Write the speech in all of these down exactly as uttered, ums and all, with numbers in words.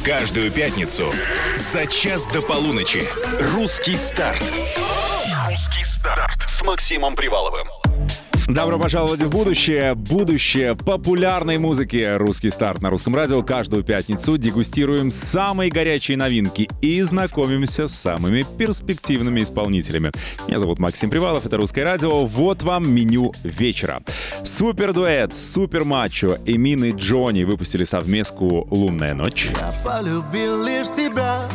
Каждую пятницу за час до полуночи «Русский старт». «Русский старт» с Максимом Приваловым. Добро пожаловать в будущее. Будущее популярной музыки. «Русский старт» на Русском радио. Каждую пятницу дегустируем самые горячие новинки и знакомимся с самыми перспективными исполнителями. Меня зовут Максим Привалов, это «Русское радио». Вот вам меню вечера. Супер-дуэт, супер-мачо Эмин и Джонни выпустили совместку «Лунная ночь». Я полюбил лишь тебя,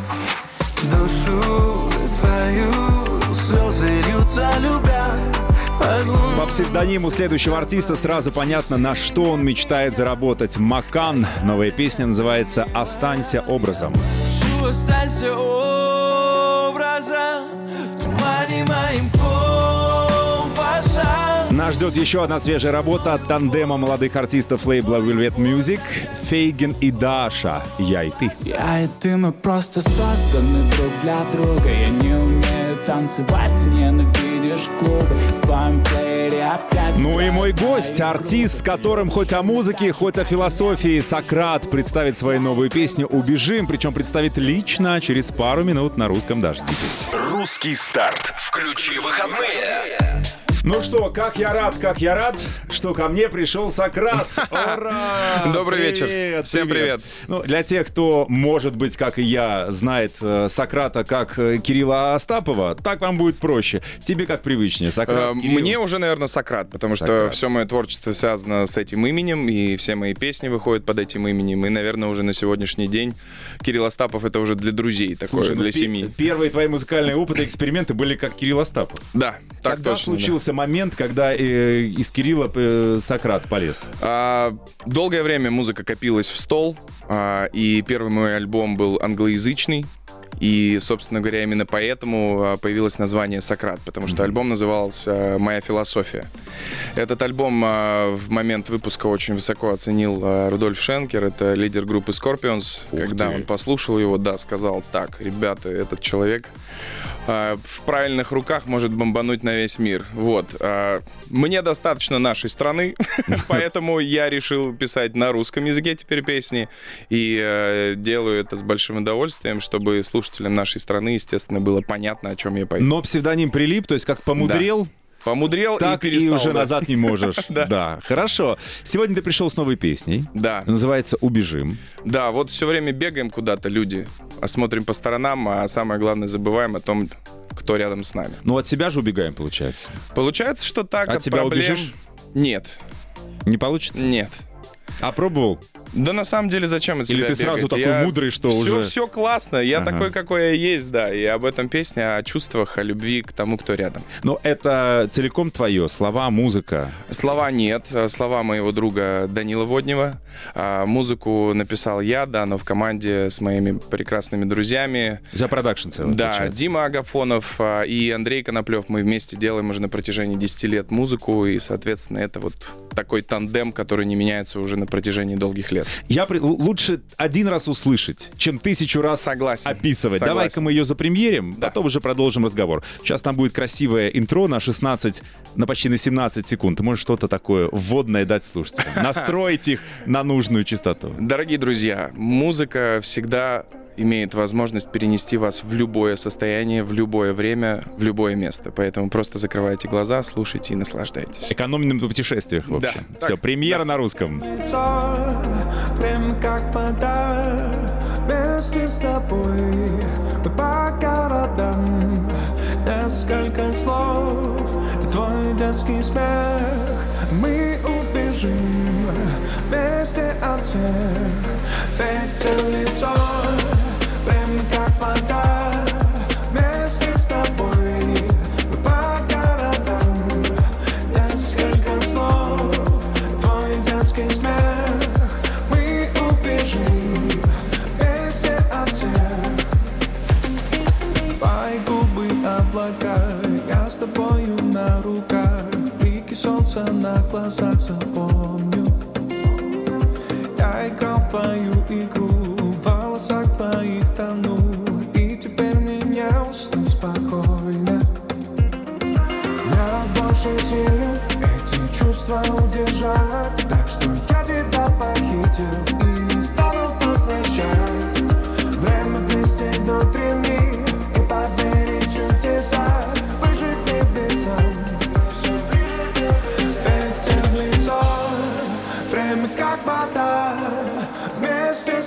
душу твою, слезы льются, любя. По псевдониму следующего артиста сразу понятно, на что он мечтает заработать. Макан. Новая песня называется «Останься образом». Останься образом в тумане моим компасом. Нас ждет еще одна свежая работа от тандема молодых артистов лейбла Velvet Music. Фейгин и Даша. Я и ты. Я и ты, мы просто созданы друг для друга. Я не умею танцевать, ненавидишь клубы. В твоем плеере опять... Ну и мой гость, артист, с которым хоть о музыке, хоть о философии, Сократ представит свою новую песню «Убежим», причем представит лично через пару минут на русском. Дождитесь. «Русский старт». Включи выходные. Ну что, как я рад, как я рад, что ко мне пришел Сократ. Ура! Добрый Привет, вечер. Всем привет. Ну, для тех, кто, может быть, как и я, знает э, Сократа как э, Кирилла Остапова, так вам будет проще. Тебе как привычнее, Сократ, Э, Кирилл? Мне уже, наверное, Сократ, потому Сократ. что все мое творчество связано с этим именем, и все мои песни выходят под этим именем. И, наверное, уже на сегодняшний день Кирилл Остапов — это уже для друзей, такое, Слушай, ну, для пе- семьи. Первые твои музыкальные опыты, эксперименты были как Кирилл Остапов. Да, так Когда точно. да. случился момент, когда э, из Кирилла э, Сократ полез? А, долгое время музыка копилась в стол, а, и первый мой альбом был англоязычный. И, собственно говоря, именно поэтому а, появилось название «Сократ», потому что альбом назывался «Моя философия». Этот альбом а, в момент выпуска очень высоко оценил а, Рудольф Шенкер, это лидер группы Scorpions. Ух Когда ты. он послушал его, да, сказал: так, ребята, этот человек а, в правильных руках может бомбануть на весь мир. Вот. А, мне достаточно нашей страны, поэтому я решил писать на русском языке теперь песни, и э, делаю это с большим удовольствием, чтобы слушателям нашей страны, естественно, было понятно, о чем я пою. Но псевдоним прилип, то есть как помудрел, Помудрел так и и, перестал. уже да. назад не можешь. Да. Да, хорошо. Сегодня ты пришел с новой песней. Да. Называется «Убежим». Да, вот все время бегаем куда-то, люди, а смотрим по сторонам, а самое главное, забываем о том, кто рядом с нами. Ну, от себя же убегаем, получается. Получается, что так, От от тебя проблем... убежишь? Нет, Не получится? нет. А пробовал? Да на самом деле зачем от Или себя ты сразу бегать? такой Я- мудрый, что все, уже- Все классно, я Ага. такой, какой я есть, да. И об этом песня, о чувствах, о любви к тому, кто рядом. Но это целиком твое. Слова, музыка. Слова нет, а слова моего друга Данила Воднева. А музыку написал я, да, но в команде с моими прекрасными друзьями. За продакшн целый, Да, получается. Дима Агафонов а, и Андрей Коноплев. Мы вместе делаем уже на протяжении десяти лет музыку, и, соответственно, это вот такой тандем, который не меняется уже на протяжении долгих лет. Я при- л- лучше один раз услышать, чем тысячу раз Согласен. описывать. Согласен. Давай-ка мы ее запремьерим, Да. потом уже продолжим разговор. Сейчас там будет красивое интро на шестнадцать, на почти на семнадцать секунд. Ты можешь что-то такое вводное дать слушателям. Настроить их на нужную частоту. Дорогие друзья, музыка всегда имеет возможность перенести вас в любое состояние, в любое время, в любое место. Поэтому просто закрывайте глаза, слушайте и наслаждайтесь. Экономным на путешествиях, в Да, общем. так, Все, премьера на русском. Лицо, прям как вода, вместе с тобой мы по городам. Несколько слов, твой детский смех. Мы убежим вместе от всех. Ветер в лицо, прям как вода, вместе с тобой мы по городам. Несколько слов, твой детский смех. Мы убежим вместе от всех. Твои губы облака, я с тобою на руках. Блики солнца на глазах запомню. Я играл в твою игру, в волосах твоих тонул. И теперь меня уснуть спокойно. Нет больше сил эти чувства удержать. Так что я тебя похитил и не стану возвращать.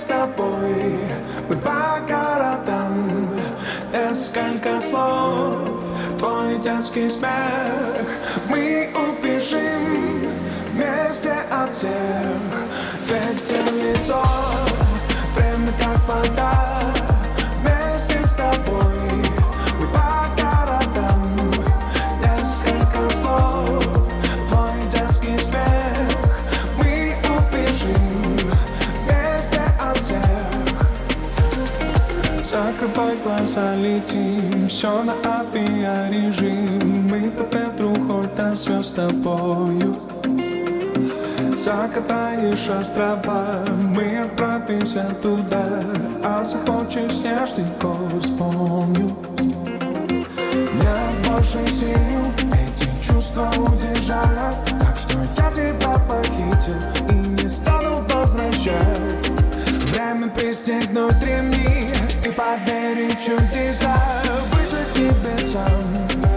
тобой, мы по городам, несколько слов, твой детский смех. Мы убежим вместе от всех, ветер в лицо, время как вода. Вместе с тобой мы по городам, несколько слов, твой детский смех. Мы убежим вместе от всех. Закрывай глаза, летим, все на авиарежим. Мы по ветру хоть до звезд с тобою. Закатаешь острова, мы отправимся туда. А захочешь снежный город, вспомню. Нет больше сил эти чувства удержать, так что я тебя похитил и не стану возвращать. Время пристегнуть ремни и поверить в чудеса, выжить небесам.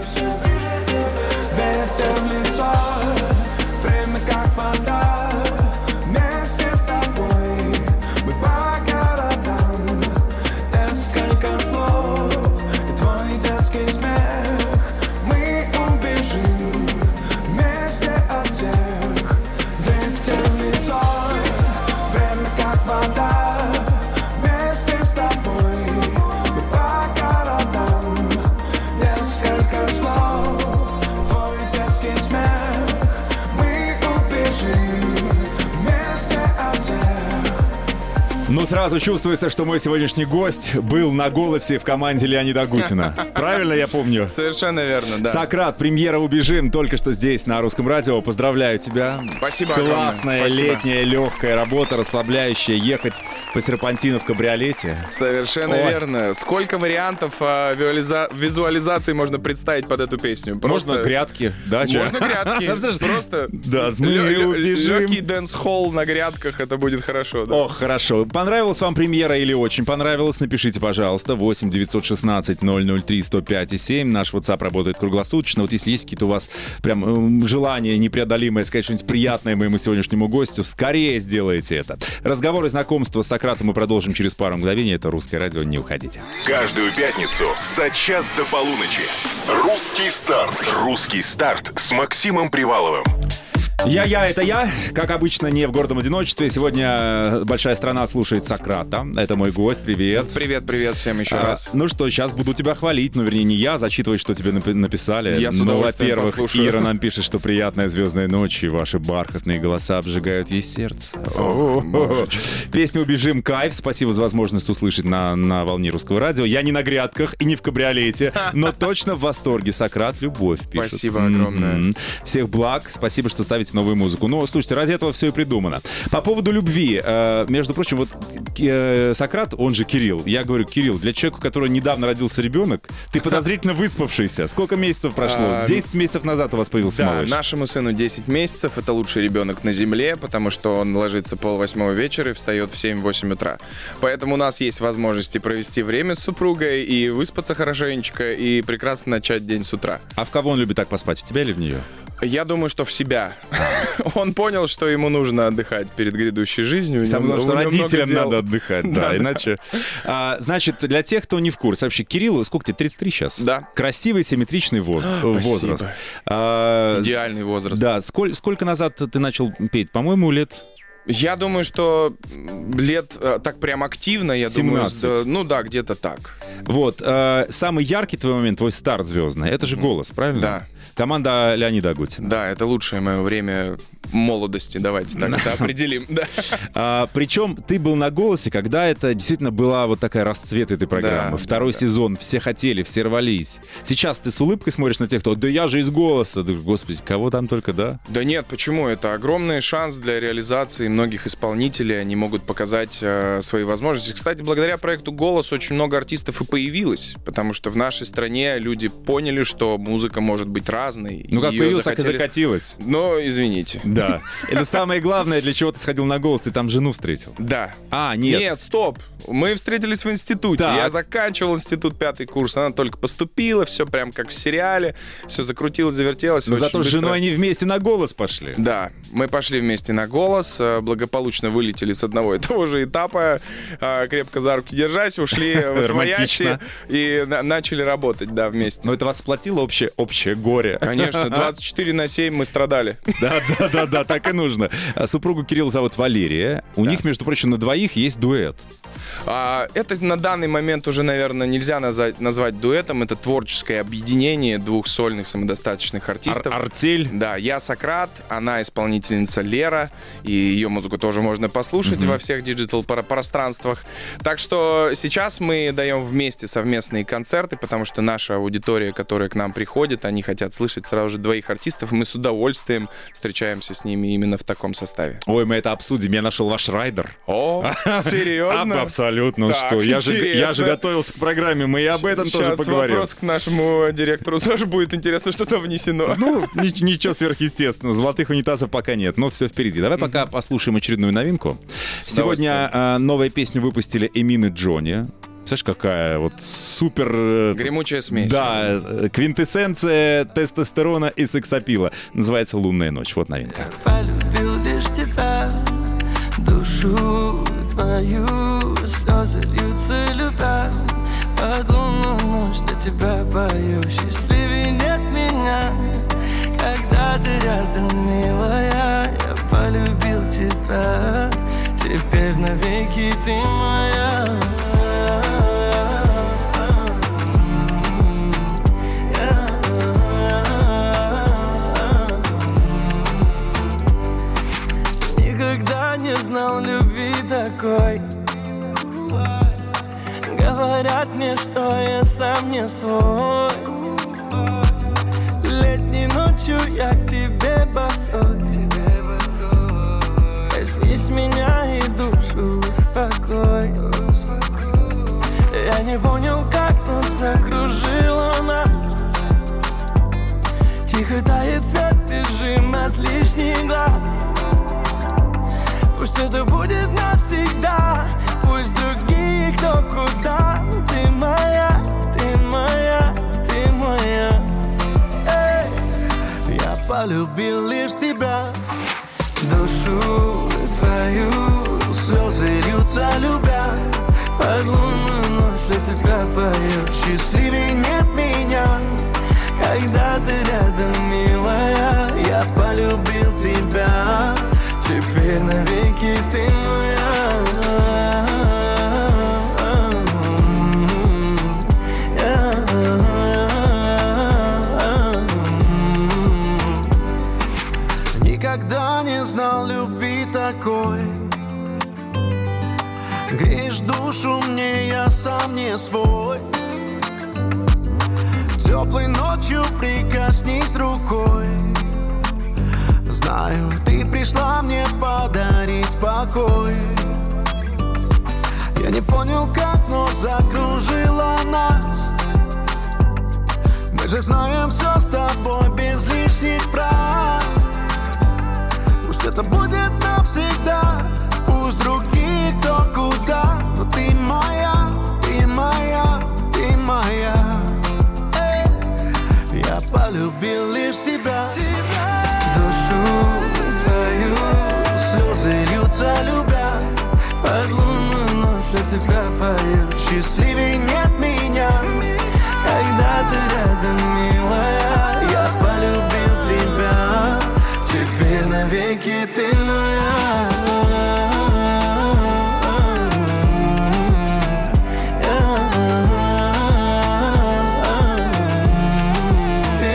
Ветер в лицо, время как вода. Вместе с тобой мы по городам, несколько слов, твой детский смех. Мы убежим вместе от всех. Ветер в лицо, время как вода. Вместе с тобой мы по городам, несколько слов, твой детский смех. Мы убежим вместе от всех. Ну, сразу чувствуется, что мой сегодняшний гость был на «Голосе» в команде Леонида Агутина. Правильно я помню? Совершенно верно, да. Сократ, премьера «Убежим» только что здесь, на Русском радио. Поздравляю тебя. Спасибо Классная, огромное. Спасибо. летняя, легкая работа, расслабляющая. Ехать по серпантину в кабриолете. Совершенно Ой. верно. Сколько вариантов а, визуализа... визуализации можно представить под эту песню? Просто... Можно грядки, дача. Можно грядки. Просто Да, мы лё- лё- убежим. лёгкий дэнс-холл на грядках, это будет хорошо. Да. О, хорошо. Понравилась вам премьера или очень понравилась? Напишите, пожалуйста. восемь девятьсот шестнадцать ноль ноль три сто пять и семь. Наш WhatsApp работает круглосуточно. Вот если есть какие-то у вас прям эм, желания непреодолимые сказать что-нибудь приятное моему сегодняшнему гостю, скорее сделайте это. Разговор и знакомство с Сократом мы продолжим через пару мгновений. Это «Русское радио». Не уходите. Каждую пятницу за час до полуночи. Русский старт. Русский старт с Максимом Приваловым. Я-я, это я. Как обычно, не в гордом одиночестве. Сегодня большая страна слушает Сократа. Это мой гость. Привет. Привет, привет всем еще А, раз. Ну что, сейчас буду тебя хвалить. Ну, вернее, не я, зачитывать, что тебе напи- написали. Я с Ну, удовольствием во-первых, послушаю. Ира нам пишет, что приятная звездная ночь, и ваши бархатные голоса обжигают ей сердце. О-о-о. Песня «Убежим» кайф. Спасибо за возможность услышать на, на волне Русского радио. Я не на грядках и не в кабриолете, но точно в восторге. Сократ, любовь, пишет. Спасибо огромное. М-м. Всех благ. Спасибо, что ставите новую музыку. Ну, слушайте, ради этого все и придумано. По поводу любви. э, между прочим, вот э, Сократ, он же Кирилл. Я говорю, Кирилл, для человека, у которого недавно родился ребенок, ты подозрительно выспавшийся. Сколько месяцев прошло? А, Десять месяцев назад у вас появился Да, малыш. нашему сыну десять месяцев, это лучший ребенок на земле, потому что он ложится полвосьмого вечера и встает в семь-восемь утра. Поэтому у нас есть возможности провести время с супругой и выспаться хорошенечко, и прекрасно начать день с утра. А в кого он любит так поспать? В тебя или в нее? Я думаю, что в себя. Он понял, что ему нужно отдыхать перед грядущей жизнью. У Самое него- главное, что у него много родителям дел. надо отдыхать, да, иначе... А, значит, для тех, кто не в курсе, вообще, Кириллу, сколько тебе, тридцать три сейчас? Да. Красивый, симметричный воз- возраст. Спасибо. А, Идеальный возраст. да, сколь- сколько назад ты начал петь? По-моему, лет... Я думаю, что лет э, так прям активно, я думаю, с- семнадцать. ну да, где-то так. Вот, э, самый яркий твой момент, твой старт звездный, это же «Голос», правильно? Да. Команда Леонида Агутина. Да, это лучшее мое время молодости, давайте так это определим. Да. А, причем ты был на «Голосе», когда это действительно была вот такая расцвет этой программы. Да, Второй да, сезон, все хотели, все рвались. Сейчас ты с улыбкой смотришь на тех, кто «Да я же из «Голоса». Ты говоришь, господи, кого там только, да? Да нет, почему? Это огромный шанс для реализации многих исполнителей. Они могут показать э, свои возможности. Кстати, благодаря проекту «Голос» очень много артистов и появилось, потому что в нашей стране люди поняли, что музыка может быть разной. Ну, как Её появилась, так и захотели- закатилась. Но, извините. Да. Да. Это самое главное, для чего ты сходил на голос, ты там жену встретил. Да. А, нет. Нет, стоп. Мы встретились в институте. Так. Я заканчивал институт, пятый курс. Она только поступила, все прям как в сериале. Все закрутилось, завертелось. Но очень зато с быстро. женой они вместе на голос пошли. Да, мы пошли вместе на голос, э, благополучно вылетели с одного и того же этапа, э, крепко за руки держась, ушли в освояси и на- начали работать, да, вместе. Но это вас сплотило общее, общее горе. Конечно, двадцать четыре на семь мы страдали. Да, да, да, да, так и нужно. А Супругу Кирилла зовут Валерия. У них, между прочим, на двоих есть дуэт. А, это на данный момент уже, наверное, нельзя назвать, назвать дуэтом. Это творческое объединение двух сольных самодостаточных артистов. Ар- артель. Да, я Сократ, она исполнительница Лера, и ее музыку тоже можно послушать mm-hmm. во всех диджитал-пространствах. Так что сейчас мы даем вместе совместные концерты, потому что наша аудитория, которая к нам приходит, они хотят слышать сразу же двоих артистов, и мы с удовольствием встречаемся с ними именно в таком составе. Ой, мы это обсудим. Я нашел ваш райдер. О, серьезно? Абсолютно. Ну Так, что, я же, я же интересно. готовился к программе, мы и об этом тоже Сейчас поговорим. вопрос к нашему директору сразу будет интересно, что там внесено. Ну, ни- ничего сверхъестественного. Золотых унитазов пока нет, но все впереди. Давай пока послушаем очередную новинку. Сегодня э, новую песню выпустили Эмин и Джонни. Представляешь, какая вот супер... э, Гремучая смесь. Да, э, квинтэссенция тестостерона и сексапила. Называется «Лунная ночь». Вот новинка. Полюбил лишь тебя, душу твою, слезы льются, любя. Под лунную ночь для тебя пою, счастливее нет меня. Когда ты рядом, милая, я полюбил тебя. Теперь навеки ты моя. Никогда не знал любви такой. Говорят мне, что я сам не свой. Летней ночью я к тебе босой. Коснись меня и душу успокой. Я не понял, как, но закружила нас. Тихо тает свет, бежим от лишних глаз. Пусть это будет навсегда, пусть другие кто куда. Ты моя, ты моя, ты моя. Эй. Я полюбил лишь тебя, Душу твою, слезы льются, любя. под лунную ночь для тебя пою. Счастливее нет меня, Когда ты рядом, милая, я полюбил тебя. теперь навеки ты моя. Никогда не знал любви такой. Греешь душу мне, я сам не свой. Теплой ночью прикоснись рукой. Знаю, ты пришла мне подарить покой. Я не понял как, но закружила нас. Мы же знаем все с тобой без лишних фраз. Пусть это будет навсегда, пусть другие кто куда. Но ты моя, ты моя, ты моя. Эй, я полюбил лишь тебя. Душу твою, Слезы льются, любя. под лунную ночь для тебя пою. Счастливее нет меня, Когда ты рядом, милая, я полюбил тебя. теперь навеки ты моя. Ты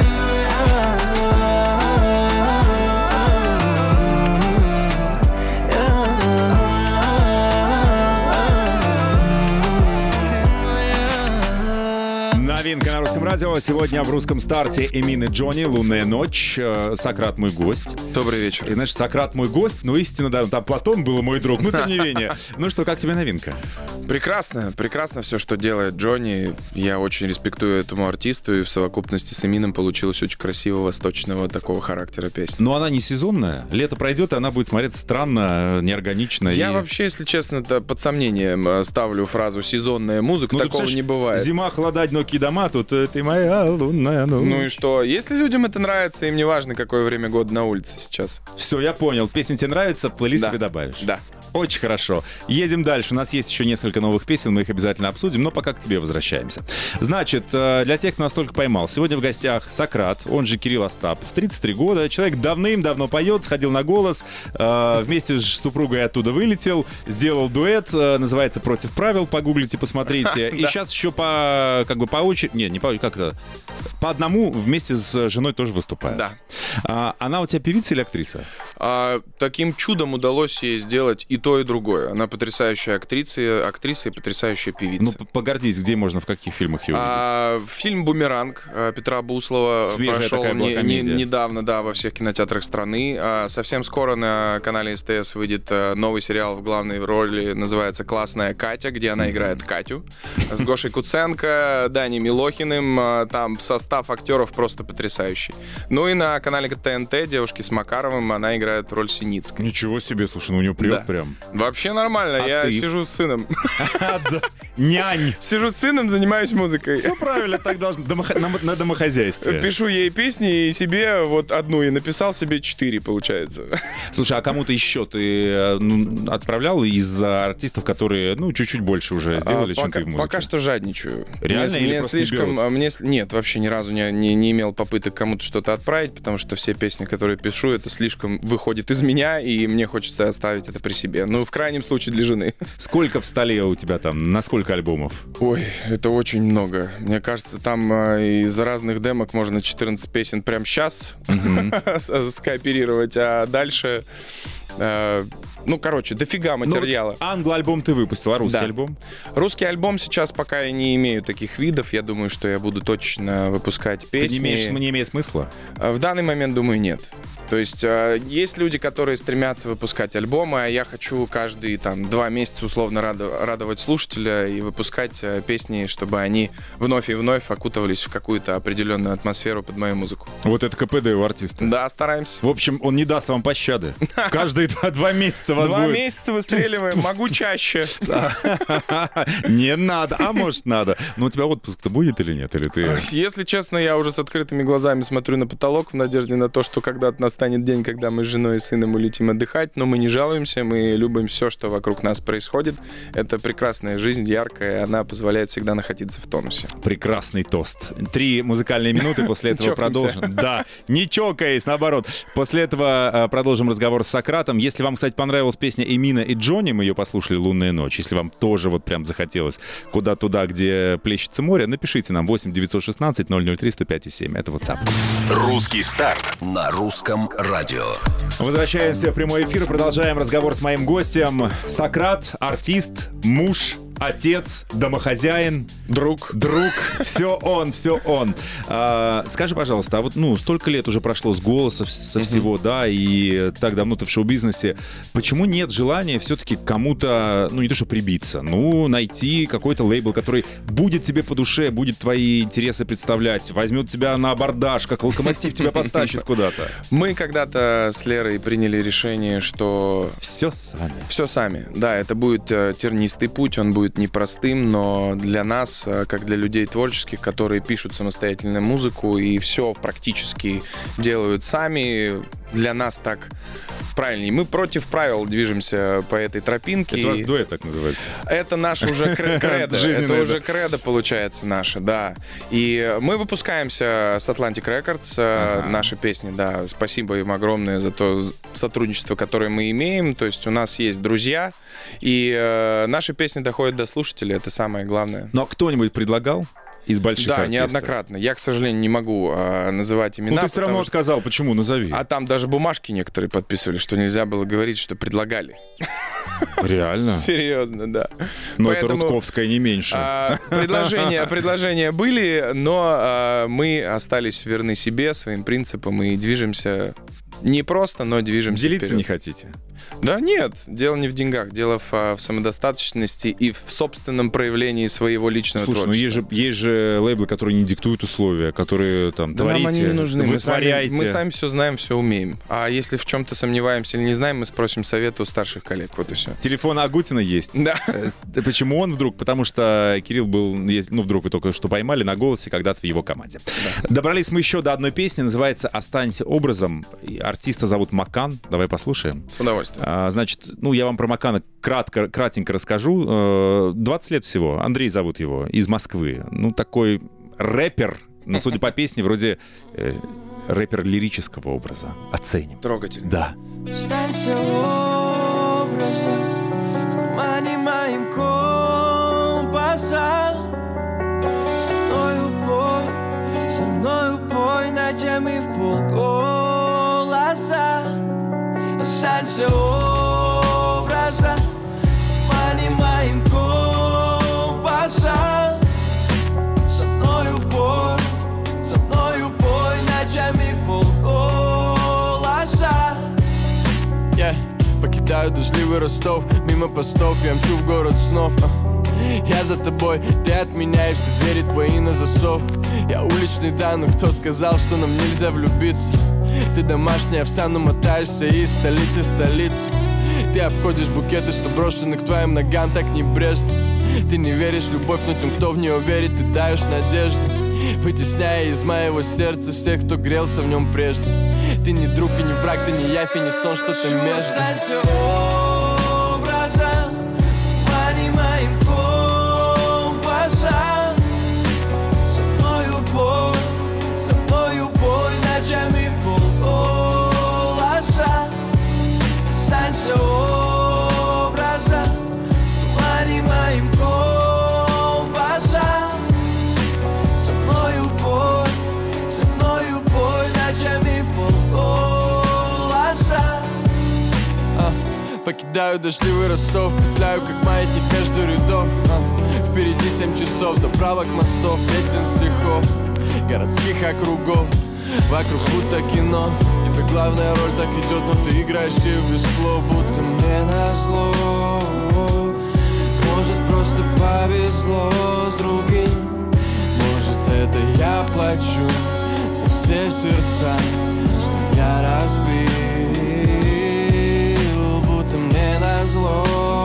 моя. Новинка на русском радио. Сегодня в русском старте Эмин и Джонни, «Лунная ночь». Сократ мой гость. Добрый вечер. И знаешь, Сократ мой гость, но истинно, да, там Платон был мой друг, но тем не менее. Ну что, как тебе новинка? Прекрасно, прекрасно все, что делает Джонни. Я очень респектую этому артисту, и в совокупности с Эмином получилась очень красивого, восточного такого характера песня. Но она не сезонная. Лето пройдет, и она будет смотреться странно, неорганично. Я и... вообще, если честно, под сомнением ставлю фразу «сезонная музыка». Ну, Такого не бывает. Зима, холода, одинокие дома, тут э, ты моя лунная ночь. Ну и что? Если людям это нравится, им не важно, какое время года на улице сейчас. Все, я понял. Песня тебе нравится, в плейлист Да. себе добавишь. Да. Очень хорошо. Едем дальше. У нас есть еще несколько новых песен, мы их обязательно обсудим, но пока к тебе возвращаемся. Значит, для тех, кто нас только поймал, сегодня в гостях Сократ, он же Кирилл Остапов, тридцать три года. Человек давным-давно поет, сходил на голос, вместе с супругой оттуда вылетел, сделал дуэт, называется «Против правил», погуглите, посмотрите. И сейчас еще по, как бы по очереди, не, не по как это, по одному вместе с женой тоже выступает. Да. А, она у тебя певица или актриса? А, таким чудом удалось ей сделать и то, и другое. Она потрясающая актриса, актриса и потрясающая певица. Ну, п- погордись, где можно, в каких фильмах ее увидеть? А, фильм «Бумеранг» Петра Буслова Свежая прошел такая была не- не- комедия. недавно, да, во всех кинотеатрах страны. А, совсем скоро на канале СТС выйдет а, новый сериал в главной роли, называется «Классная Катя», где она играет Катю. С Гошей Куценко, Даней Милохиным. А, там состав актеров просто потрясающий. Ну и на канале ТНТ девушки с Макаровым она играет роль Синицкой. Ничего себе, слушай, ну у нее прет Да. прям. Вообще нормально, А я ты? сижу с сыном. Нянь. Сижу с сыном, занимаюсь музыкой. Все правильно, так должно. Домохо- на, на домохозяйстве. Пишу ей песни и себе вот одну, и написал себе четыре, получается. Слушай, а кому-то еще ты э, ну, отправлял из артистов, которые, ну, чуть-чуть больше уже сделали, А, чем пока, ты в музыке? пока что жадничаю. Реально мне, или мне просто не слишком, берут? а мне с- нет, вообще ни разу не, не, не имел попыток кому-то что-то отправить, потому что все песни, которые пишу, это слишком выходит из меня, и мне хочется оставить это при себе. Ну, в крайнем случае для жены. Сколько в столе у тебя там? На сколько альбомов? Ой, это очень много. Мне кажется, там э, из разных демок можно четырнадцать песен прямо сейчас скооперировать, а дальше... э, Ну, короче, дофига материала. Ну, англо-альбом ты выпустил, а русский Да. альбом? Русский альбом сейчас пока я не имею таких видов. Я думаю, что я буду точно выпускать Ты песни. не, имеешь, не имеет смысла? А В данный момент, думаю, нет. То есть э, есть люди, которые стремятся выпускать альбомы, а я хочу каждые там два месяца условно радо- радовать слушателя и выпускать э, песни, чтобы они вновь и вновь окутывались в какую-то определенную атмосферу под мою музыку. Вот это КПД у артиста. Да, стараемся. В общем, он не даст вам пощады. Каждые два, два месяца вас Два будет... месяца выстреливаем, могу чаще. Не надо, а может надо. Но у тебя отпуск-то будет или нет? Или ты... Если честно, я уже с открытыми глазами смотрю на потолок в надежде на то, что когда-то настанет день, когда мы с женой и сыном улетим отдыхать, но мы не жалуемся, мы любим все, что вокруг нас происходит. Это прекрасная жизнь, яркая, она позволяет всегда находиться в тонусе. Прекрасный тост. Три музыкальные минуты, после этого Чокнемся. продолжим. Да, не чокаясь, наоборот. После этого э, продолжим разговор с Сократом. Если вам, кстати, понравилась песня Эмина и Джонни, мы ее послушали «Лунная ночь», если вам тоже вот прям захотелось куда туда, где плещется море, напишите нам восемь девятьсот шестнадцать ноль ноль три сто пять семь. Это WhatsApp. Русский старт на русском радио. Возвращаемся в прямой эфир, продолжаем разговор с моим гостем. Сократ, артист, муж, отец, домохозяин, Друг. друг, все он, все он. А, скажи, пожалуйста, а вот ну столько лет уже прошло с голоса, со всего, да, и так давно ты в шоу-бизнесе. Почему нет желания все-таки кому-то, ну не то что прибиться, ну найти какой-то лейбл, который будет тебе по душе, будет твои интересы представлять, возьмет тебя на абордаж, как локомотив тебя подтащит куда-то. Мы когда-то с Лерой приняли решение, что Все сами. все сами. Да, это будет э, тернистый путь, он будет непростым, но для нас, э, как для людей творческих, которые пишут самостоятельно музыку и все практически делают сами, для нас так правильнее. Мы против правил движемся по этой тропинке. Это у вас и дуэт так называется. Это наш уже кре- кредо. Жизненное, Это уже да. кредо получается наше, да. И мы выпускаемся с Atlantic Records, э, Ага. наши песни, да. Спасибо им огромное за то з- сотрудничество, которое мы имеем. То есть у нас есть друзья, и э, наши песни доходят до слушателей, это самое главное. Ну а кто-нибудь предлагал из больших Да, артистов? неоднократно. Я, к сожалению, не могу э, называть имена. Ну ты все равно потому что- сказал, почему, назови. А там даже бумажки некоторые подписывали, что нельзя было говорить, что предлагали. Реально? Серьезно, да. Но Поэтому, это Рудковская не меньше. А, предложения, предложения были, но а, мы остались верны себе, своим принципам и движемся не просто, но движемся Делиться вперед. не хотите? Да нет, дело не в деньгах, дело в, в самодостаточности и в собственном проявлении своего личного Слушай, творчества. ну есть же, есть же лейблы, которые не диктуют условия, которые там Да творите, нам они не нужны. вы Мы сами, творяете. мы сами все знаем, все умеем. А если в чем-то сомневаемся или не знаем, мы спросим совета у старших коллег. Вот и все. Телефон Агутина есть. Да. Э, Почему он вдруг? Потому что Кирилл был, есть- ну, вдруг вы только что поймали на голосе когда-то в его команде. Добрались мы еще до одной песни, называется «Останься образом». И артиста зовут Макан. Давай послушаем. С удовольствием. А, значит, ну, я вам про Макана кратко, кратенько расскажу. Э, двадцать лет всего. Андрей зовут его, из Москвы. Ну, такой рэпер, но, судя по песне, вроде э, рэпер лирического образа. Оценим. Трогательно. Да. Останься образом в тумане моим компаса. Со мною пой, со мною пой ночами в полголоса. Останься образом в тумане моим компаса. Со мною пой, со мною пой ночами в полголоса. Yeah. Покидаю дождливый Ростов, мимо постов я мчу в город снов. uh. Я за тобой, ты от меня, и все двери твои на засов. Я уличный, да, но кто сказал, что нам нельзя влюбиться? Ты домашняя овса, но мотаешься из столицы в столицу. Ты обходишь букеты, что брошены к твоим ногам так небрежно. Ты не веришь в любовь, но тем, кто в нее верит, ты даешь надежду, вытесняя из моего сердца всех, кто грелся в нем прежде. Ты не друг и не враг, ты не явь и не сон, что-то между. Останься образом в тумане моим компаса. Со мною пой, со мною пой ночами в полголоса. Останься образом в тумане моим компаса. Со мною пой, со мною пой ночами в полголоса. А, покидаю дождливый Ростов, петляю как маятник между рядов. а, Впереди семь часов, заправок мостов, песен, стихов, городских округов. Вокруг будто кино, тебе главная роль так идет, но ты играешь ее без слов, будто мне назло. Может, просто повезло с другим, может, это я плачу за все сердца, что я разбил, будто мне назло.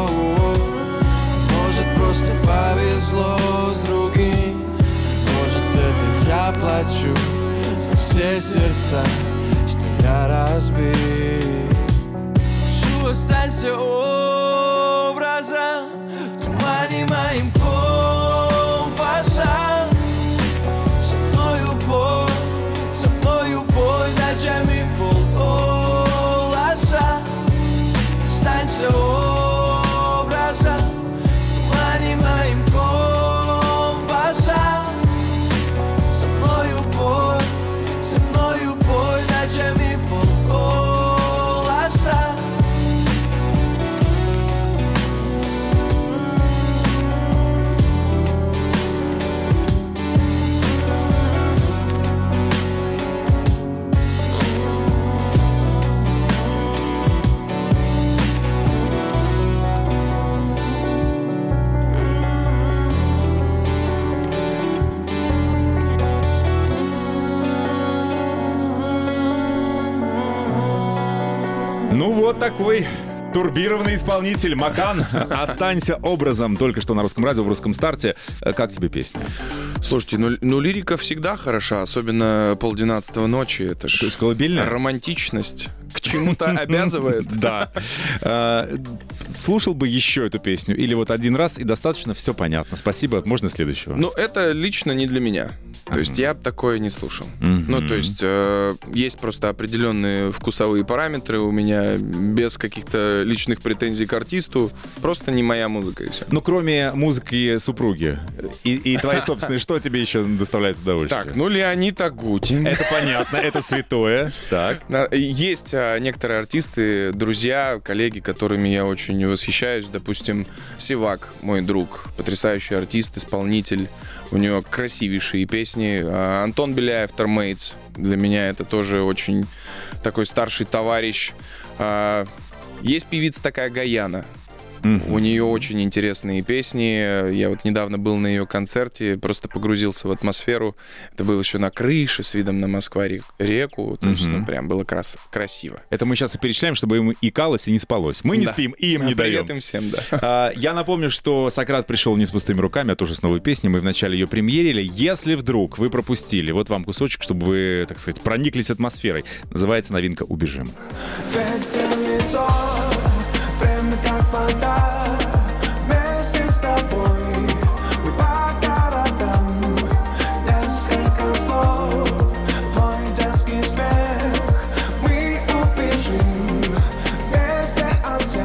Может, просто повезло с другим, может, это я плачу за все сердца, что я разбил. Шу, останься образом в тумане моим компаса. Со мною пой, со мною пой ночами в полголоса. Останься образом в тумане моим компаса. Со мною пой, со мною пой ночами в полголоса. Ну вот такой турбированный исполнитель Макан. «Останься образом». Только что на Русском радио, в Русском старте. Как тебе песня? Слушайте, ну, ну лирика всегда хороша, особенно полдвенадцатого ночи. Это ж То есть колыбельная? романтичность к чему-то обязывает. Да. Э, Слушал бы еще эту песню? Или вот один раз и достаточно все понятно? Спасибо. Можно следующего? Но это лично не для меня. То есть я бы такое не слушал. Mm-hmm. Ну, то есть э, есть просто определенные вкусовые параметры у меня, без каких-то личных претензий к артисту. Просто не моя музыка, и все. Ну, кроме музыки супруги и, и твоей собственной, что тебе еще доставляет удовольствие? Так, ну, Леонид Агутин. Это понятно, это святое. Так. Есть а, некоторые артисты, друзья, коллеги, которыми я очень восхищаюсь. Допустим, Севак, мой друг, потрясающий артист, исполнитель. У него красивейшие песни. А, Антон Беляев, Термейтс. Для меня это тоже очень такой старший товарищ. А, есть певица такая Гаяна. Mm-hmm. У нее очень интересные песни. Я вот недавно был на ее концерте, просто погрузился в атмосферу. Это было еще на крыше с видом на Москва-реку. То есть, mm-hmm. ну, прям было крас- красиво. Это мы сейчас и перечисляем, чтобы им икалось и не спалось. Мы не да. спим, и им не даем. Привет им всем, да. А, я напомню, что Сократ пришел не с пустыми руками, а тоже с новой песней. Мы вначале ее премьерили. Если вдруг вы пропустили, вот вам кусочек, чтобы вы, так сказать, прониклись атмосферой. Называется новинка «Убежим». Время как вода, вместе с тобой мы по городам. Несколько слов, твой детский смех. Мы убежим вместе от всех.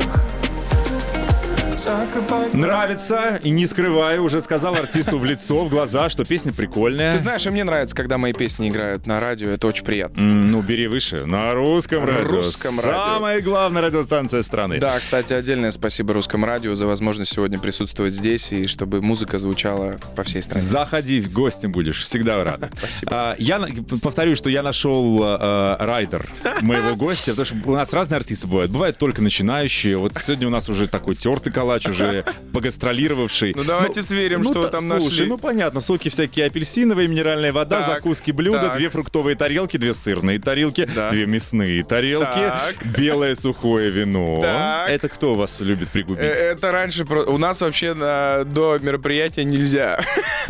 Нравится, и не скрываю, уже сказал артисту в лицо, в глаза, что песня прикольная. Ты знаешь, и мне нравится, когда мои песни играют на радио, это очень приятно. Mm, ну, бери выше. На русском радио. Русском радио. Самая главная радиостанция страны. Да, кстати, отдельное спасибо Русскому радио за возможность сегодня присутствовать здесь и чтобы музыка звучала по всей стране. Заходи, гостем будешь, всегда рад. Спасибо. А, я повторю, что я нашел а, райдер моего гостя, потому что у нас разные артисты бывают. Бывают только начинающие. Вот сегодня у нас уже такой тертый калач, уже погастролировавший. Ну, давайте ну, сверим, ну, что та, вы там слушай, нашли. Ну, понятно, соки всякие апельсиновые, минеральная вода, так, закуски, блюда, так. две фруктовые тарелки, две сырные тарелки, да. две мясные тарелки, так. белое сухое вино. Так. Это кто у вас любит пригубить? Это раньше... У нас вообще на... до мероприятия нельзя.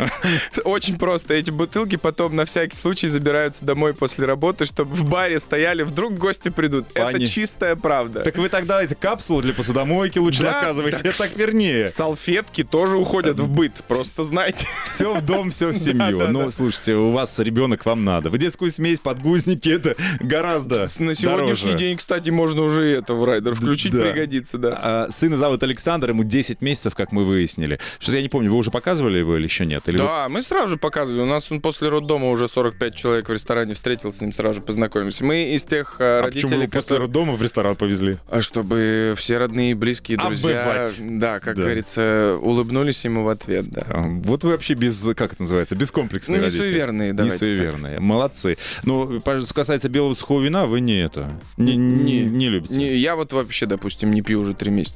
Очень просто. Эти бутылки потом на всякий случай забираются домой после работы, чтобы в баре стояли, вдруг гости придут. Пани. Это чистая правда. Так вы тогда эти капсулы для посудомойки лучше Да, заказывайте, так. это так вернее. Салфетки тоже уходят в быт, просто знайте. Все в дом, все в семью. Да, да, ну, да. слушайте, у вас ребенок, вам надо. Вы детскую смесь, подгузники, это гораздо На сегодняшний дороже. день, кстати, можно уже это в райдер включить, Да. пригодится, да. А, сына зовут Александр, ему десять месяцев, как мы выяснили. Что-то я не помню, вы уже показывали его или еще нет? Или Да, мы сразу же показывали. У нас он после роддома уже сорок пять человек в ресторане встретил, с ним сразу же познакомились. Мы из тех э, вы... а родителей, почему вы после которые... роддома в ресторан повезли? А чтобы все родные, близкие, друзья, Оббывать. да, как Да. говорится, улыбнулись ему в ответ, да. А, Вот вы вообще без, как это называется, бескомплексные Ну, не родители. суеверные, давайте Не суеверные, молодцы. Ну, по- что касается белого сухого вина, вы не это, не, не, не любите. Не, я вот вообще, допустим, не пью уже три месяца.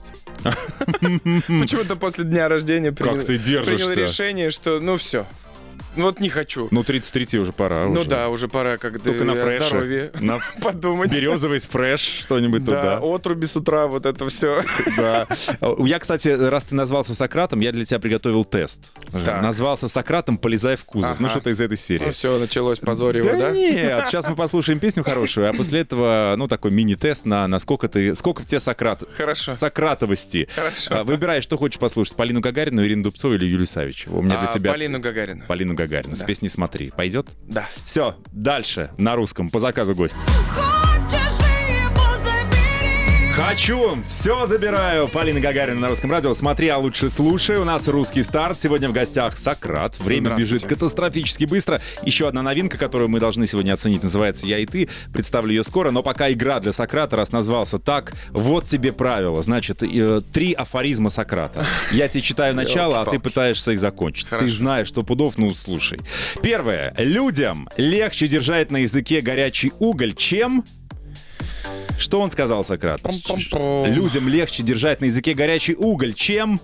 Почему-то после дня рождения принял, Как ты держишься? принял решение, что ну все, вот не хочу. Ну, тридцать три уже пора. Ну уже. да, уже пора как-то Только на о фреше. здоровье На подумать. березовый фреш, что-нибудь Да, туда. отруби с утра, вот это все. Да. Я, кстати, раз ты назвался Сократом, я для тебя приготовил тест. Так. Назвался Сократом, полезай в кузов. Ага. Ну, что-то из этой серии. Ну все, началось позорево, Да да? нет, сейчас мы послушаем песню хорошую, а после этого, ну, такой мини-тест на насколько ты, сколько в тебе Сократ... Хорошо. Сократовости. Хорошо. А, Выбирай, что хочешь послушать, Полину Гагарину, Ирину Дубцову или Юлию Савичеву. У меня для А, тебя... Полину Гагарину. Полину Гагарину. С Да. песней «Смотри». Пойдет? Да. Все, дальше, на русском, по заказу гостя. Хочешь его забери. Хочу! Все забираю. Полина Гагарина на Русском радио. Смотри, а лучше слушай. У нас русский старт. Сегодня в гостях Сократ. Время Здравствуйте. бежит катастрофически быстро. Еще одна новинка, которую мы должны сегодня оценить, называется «Я и ты». Представлю ее скоро. Но пока игра для Сократа, раз назвался так, вот тебе правило. Значит, э, три афоризма Сократа. Я тебе читаю начало, а ты Ёлки-палки. пытаешься их закончить. Хорошо. Ты знаешь, что пудов, ну слушай. Первое. Людям легче держать на языке горячий уголь, чем... Что он сказал, Сократ? Пам-пам-пам. Людям легче держать на языке горячий уголь, чем...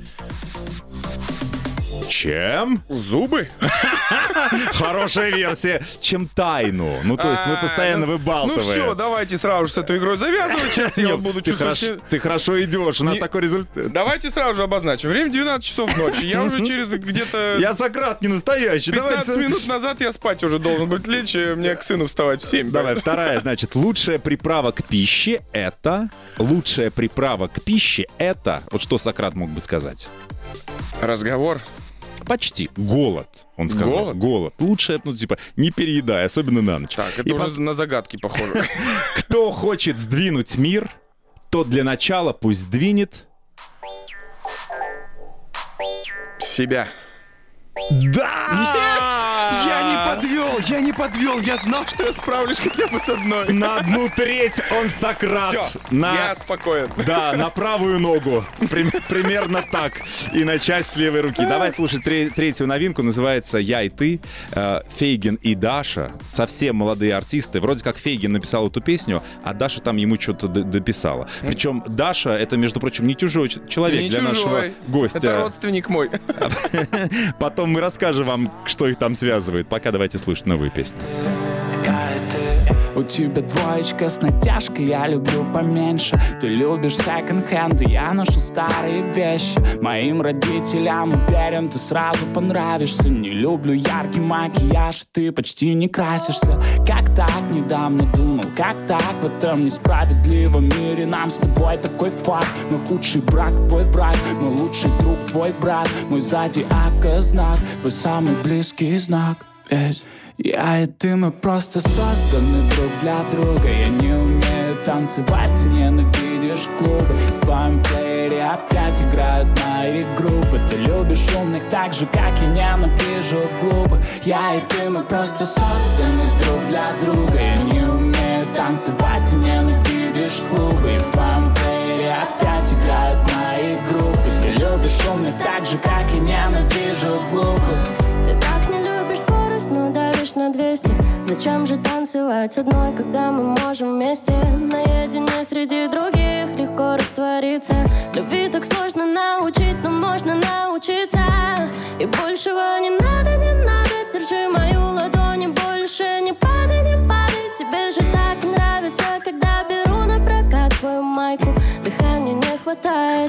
Чем? Зубы? Хорошая версия. Чем тайну. Ну, то есть мы А, постоянно ну, выбалтываем. Ну все, давайте сразу же с этой игрой завязывать. Сейчас я Нет, буду ты, чувствовать... хорошо, себя- ты хорошо идешь, у нас Не- такой результат. Давайте сразу же обозначим. Время двенадцать часов ночи. Я уже через где-то Я Сократ не настоящий. Давай пятнадцать с- минут назад я спать уже должен быть лечь, и мне к сыну вставать в семь. Давай, вторая, значит, лучшая приправа к пище — это... Лучшая приправа к пище — это... Вот что Сократ мог бы сказать? Разговор. Почти. Голод, он сказал. Голод? Голод. Лучше, ну, типа, не переедай, особенно на ночь. Так, это И уже пос- на загадки похоже. Кто хочет сдвинуть мир, тот для начала пусть сдвинет... Себя. Да! Я не подвел, я не подвел, я знал, что я справлюсь хотя бы с одной. На одну треть он Сократ. Все, на... я спокоен. Да, на правую ногу. Прим- примерно так. И на часть с левой руки. Давай слушать тре- третью новинку. Называется «Я и ты». Э, Фейгин и Даша. Совсем молодые артисты. Вроде как Фейгин написал эту песню, а Даша там ему что-то д- дописала. Причем Даша — это, между прочим, не чужой ч- человек Не для чужой. нашего гостя. Это родственник мой. Потом мы расскажем вам, что их там связывает. Пока давайте слушать новую песню. У тебя двоечка с натяжкой, я люблю поменьше. Ты любишь секонд-хенд, и я ношу старые вещи. Моим родителям, уверен, ты сразу понравишься. Не люблю яркий макияж, ты почти не красишься. Как так, недавно думал, как так в этом несправедливом мире нам с тобой такой факт. Мой худший брак, твой враг, мой лучший друг, твой брат. Мой зодиака знак, твой самый близкий знак. Ведь я и ты, мы просто созданы друг для друга. Я не умею танцевать, ты ненавидишь клубы. В твоем плеере опять играют мои группы. Ты любишь умных так же, как я ненавижу глупых. Я и ты, мы просто созданы друг для друга. Я не умею танцевать, ты ненавидишь клубы. И в твоем плеере опять играют мои группы. Ты любишь умных так же, как я ненавижу глупых. Ты так не любишь скорость, но давишь на двести. Зачем же танцевать одной, когда мы можем вместе? Наедине среди других легко раствориться. Любви так сложно научить, но можно научиться. И большего не надо, не надо. Держи мою ладонь и больше не падай, не падай. Тебе же так нравится, когда беру на прокат твою майку. Дыхания не хватает.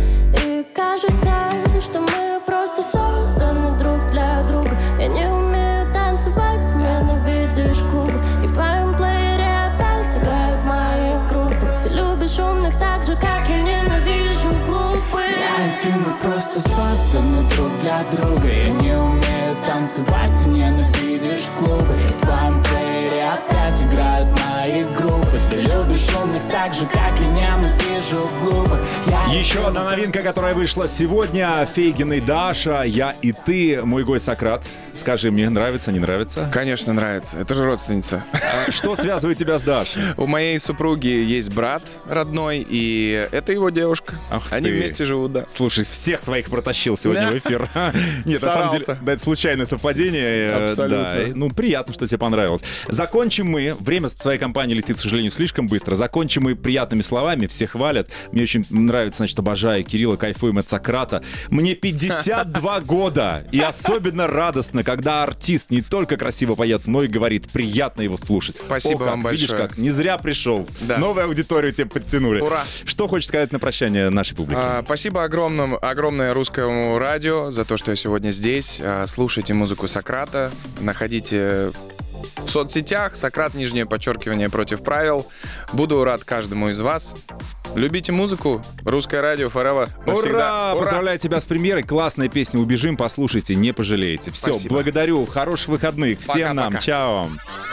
И кажется, что мы просто созданы друг для друга. Я не умею танцевать, ты ненавидишь клубы. И в твоем плеере опять играют мои группы. Ты любишь умных так же, как я ненавижу глупых. Я и ты, мы просто созданы друг для друга. Я не умею танцевать, ты ненавидишь клубы. И в твоем плеере опять играют мои группы. Ты любишь умных так же, как я ненавижу глупых. Я и Еще ты, одна мы новинка, просто которая вышла сегодня. Фейгин и Даша. «Я и ты». Мой гость Сократ. Скажи мне, нравится, не нравится? Конечно, нравится. Это же родственница. А что связывает тебя с Дашей? У моей супруги есть брат родной, и это его девушка. Ах Они ты. вместе живут, да. Слушай, всех своих протащил сегодня Да. в эфир. Нет, на самом деле, Старался. да, это случайное совпадение. э, Абсолютно. Да, и, ну, приятно, что тебе понравилось. Закончим мы. Время с твоей компании летит, к сожалению, слишком быстро. Закончим мы приятными словами. Все хвалят. Мне очень нравится, значит, обожаю Кирилла, кайфуем от Сократа. Мне пятьдесят два года. И особенно радостно, когда артист не только красиво поет, но и говорит. Приятно его слушать. Спасибо О, как, вам Видишь, большое. как не зря пришел. Да. Новую аудиторию тебе подтянули. Ура. Что хочешь сказать на прощание нашей публике? А, спасибо огромному, огромное русскому радио за то, что я сегодня здесь. А, слушайте музыку Сократа, находите в соцсетях Сократ, нижнее подчеркивание, против правил. Буду рад каждому из вас. Любите музыку, русское радио, forever. Ура! Поздравляю тебя с премьерой. Классная песня «Убежим». Послушайте, не пожалеете. Все, Спасибо. благодарю. Хороших выходных. Всем нам. Пока-пока. Чао.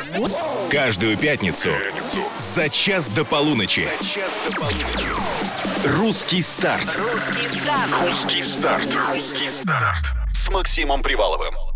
Каждую пятницу за час до полуночи. Русский старт. Русский старт. Русский старт. Русский старт. С Максимом Приваловым.